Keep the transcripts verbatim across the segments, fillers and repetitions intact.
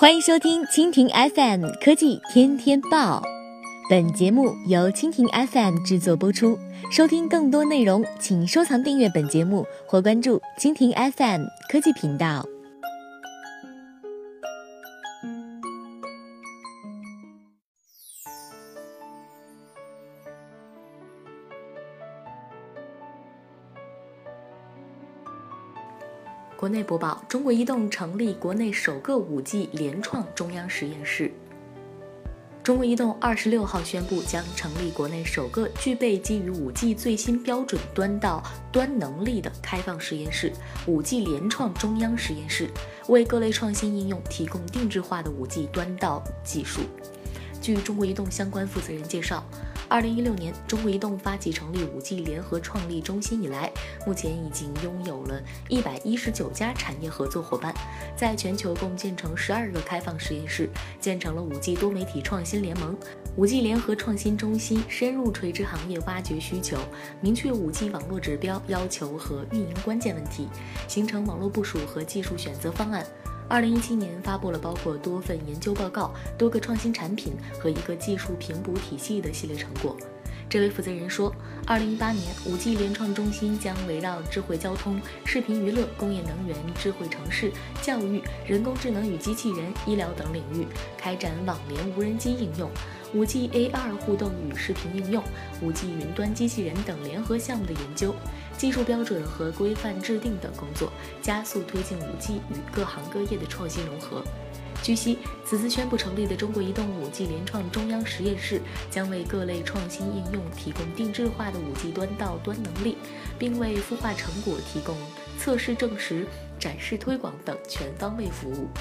欢迎收听蜻蜓 F M 科技天天报，本节目由蜻蜓 F M 制作播出。收听更多内容，请收藏订阅本节目或关注蜻蜓 F M 科技频道。国内播报：中国移动成立国内首个 五 G 联创中央实验室。中国移动二十六号宣布，将成立国内首个具备基于 五 G 最新标准端到端能力的开放实验室 五 G 联创中央实验室，为各类创新应用提供定制化的 五 G 端到技术。据中国移动相关负责人介绍，二零一六年，中国移动发起成立 五 G 联合创立中心以来，目前已经拥有了一百一十九家产业合作伙伴，在全球共建成十二个开放实验室，建成了 五 G 多媒体创新联盟。五 G 联合创新中心深入垂直行业挖掘需求，明确 五 G 网络指标要求和运营关键问题，形成网络部署和技术选择方案。二零一七年发布了包括多份研究报告、多个创新产品和一个技术评补体系的系列成果。这位负责人说，二零一八年 五 G 联创中心将围绕智慧交通、视频娱乐、工业能源、智慧城市、教育、人工智能与机器人、医疗等领域开展网联无人机应用、五 G A R 互动与视频应用、五 G 云端机器人等联合项目的研究、技术标准和规范制定等工作，加速推进 五 G 与各行各业的创新融合。据悉，此次宣布成立的中国移动 五 G 联创中央实验室将为各类创新应用提供定制化的 五 G 端到端能力，并为孵化成果提供测试证实、展示推广等全方位服务。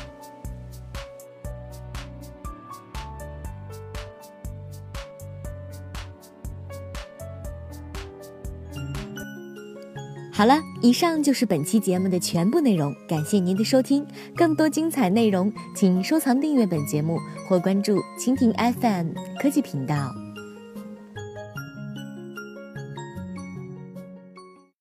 好了，以上就是本期节目的全部内容，感谢您的收听。更多精彩内容，请收藏订阅本节目或关注蜻蜓 F M 科技频道。